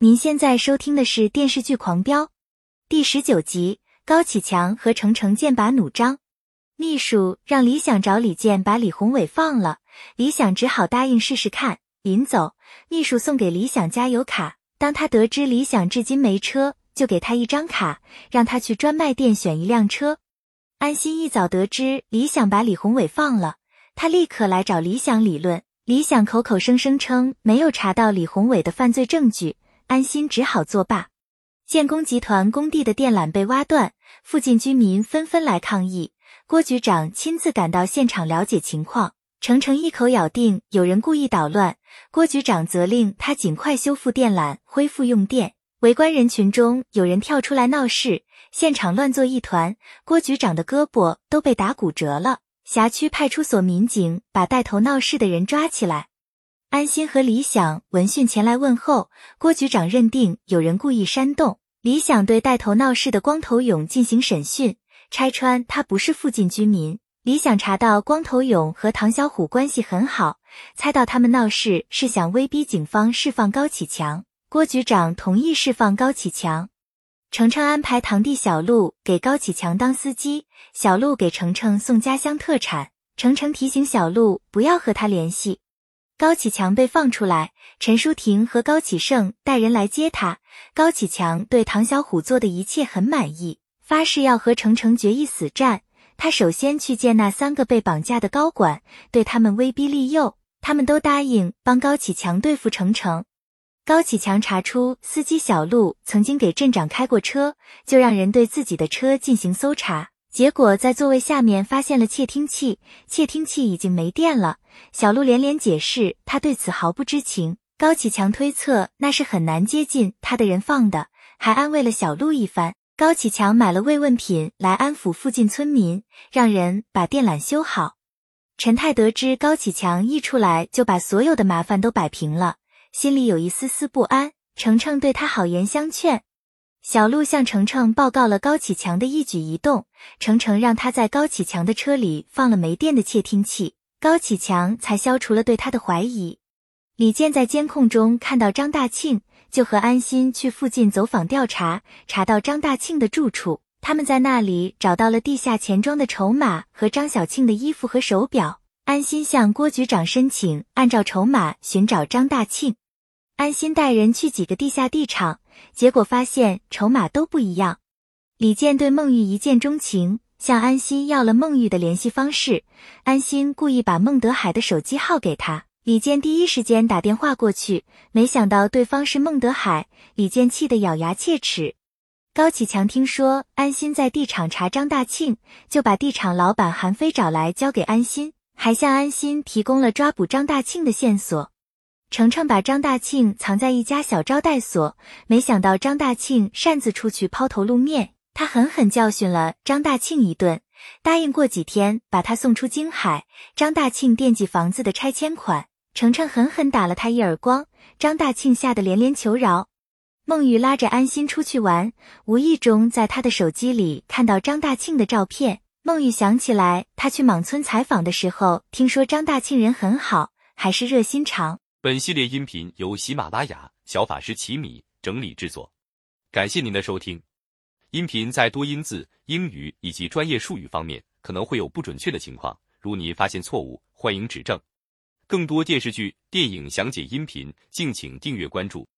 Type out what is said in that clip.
您现在收听的是电视剧《狂飙》第19集，高启强和程程剑拔弩张。秘书让李想找李健把李宏伟放了，李想只好答应试试看。临走，秘书送给李想加油卡，当他得知李想至今没车，就给他一张卡，让他去专卖店选一辆车。安心一早得知李想把李宏伟放了，他立刻来找李想理论。李想口口声声称没有查到李宏伟的犯罪证据，安心只好作罢。建工集团工地的电缆被挖断，附近居民纷纷来抗议。郭局长亲自赶到现场了解情况，程程一口咬定有人故意捣乱，郭局长责令他尽快修复电缆，恢复用电。围观人群中有人跳出来闹事，现场乱作一团，郭局长的胳膊都被打骨折了。辖区派出所民警把带头闹事的人抓起来。安心和李想闻讯前来问候，郭局长认定有人故意煽动。李想对带头闹事的光头勇进行审讯，拆穿他不是附近居民。李想查到光头勇和唐小虎关系很好，猜到他们闹事是想威逼警方释放高启强。郭局长同意释放高启强。程程安排堂弟小陆给高启强当司机，小陆给程程送家乡特产，程程提醒小陆不要和他联系。高启强被放出来，陈淑婷和高启盛带人来接他。高启强对唐小虎做的一切很满意，发誓要和程程决一死战。他首先去见那3个被绑架的高管，对他们威逼利诱，他们都答应帮高启强对付程程。高启强查出司机小陆曾经给镇长开过车，就让人对自己的车进行搜查，结果在座位下面发现了窃听器，窃听器已经没电了。小陆连连解释他对此毫不知情，高启强推测那是很难接近他的人放的，还安慰了小陆一番。高启强买了慰问品来安抚附近村民，让人把电缆修好。陈泰得知高启强一出来就把所有的麻烦都摆平了，心里有一丝丝不安。程程对他好言相劝，小陆向程程报告了高启强的一举一动，程程让他在高启强的车里放了没电的窃听器，高启强才消除了对他的怀疑。李健在监控中看到张大庆，就和安心去附近走访调查，查到张大庆的住处，他们在那里找到了地下钱庄的筹码和张小庆的衣服和手表。安心向郭局长申请按照筹码寻找张大庆。安心带人去几个地下地场，结果发现筹码都不一样。李健对孟玉一见钟情，向安心要了孟玉的联系方式，安心故意把孟德海的手机号给他，李健第一时间打电话过去，没想到对方是孟德海，李健气得咬牙切齿。高启强听说安心在地场查张大庆，就把地场老板韩飞找来交给安心，还向安心提供了抓捕张大庆的线索。程程把张大庆藏在一家小招待所，没想到张大庆擅自出去抛头露面，他狠狠教训了张大庆一顿，答应过几天把他送出京海。张大庆惦记房子的拆迁款，程程狠狠打了他一耳光，张大庆吓得连连求饶。孟玉拉着安心出去玩，无意中在他的手机里看到张大庆的照片，孟玉想起来他去莽村采访的时候，听说张大庆人很好，还是热心肠。 本系列音频由喜马拉雅小法师奇米整理制作，感谢您的收听。音频在多音字、英语以及专业术语方面可能会有不准确的情况，如您发现错误，欢迎指正。更多电视剧、电影详解音频，敬请订阅关注。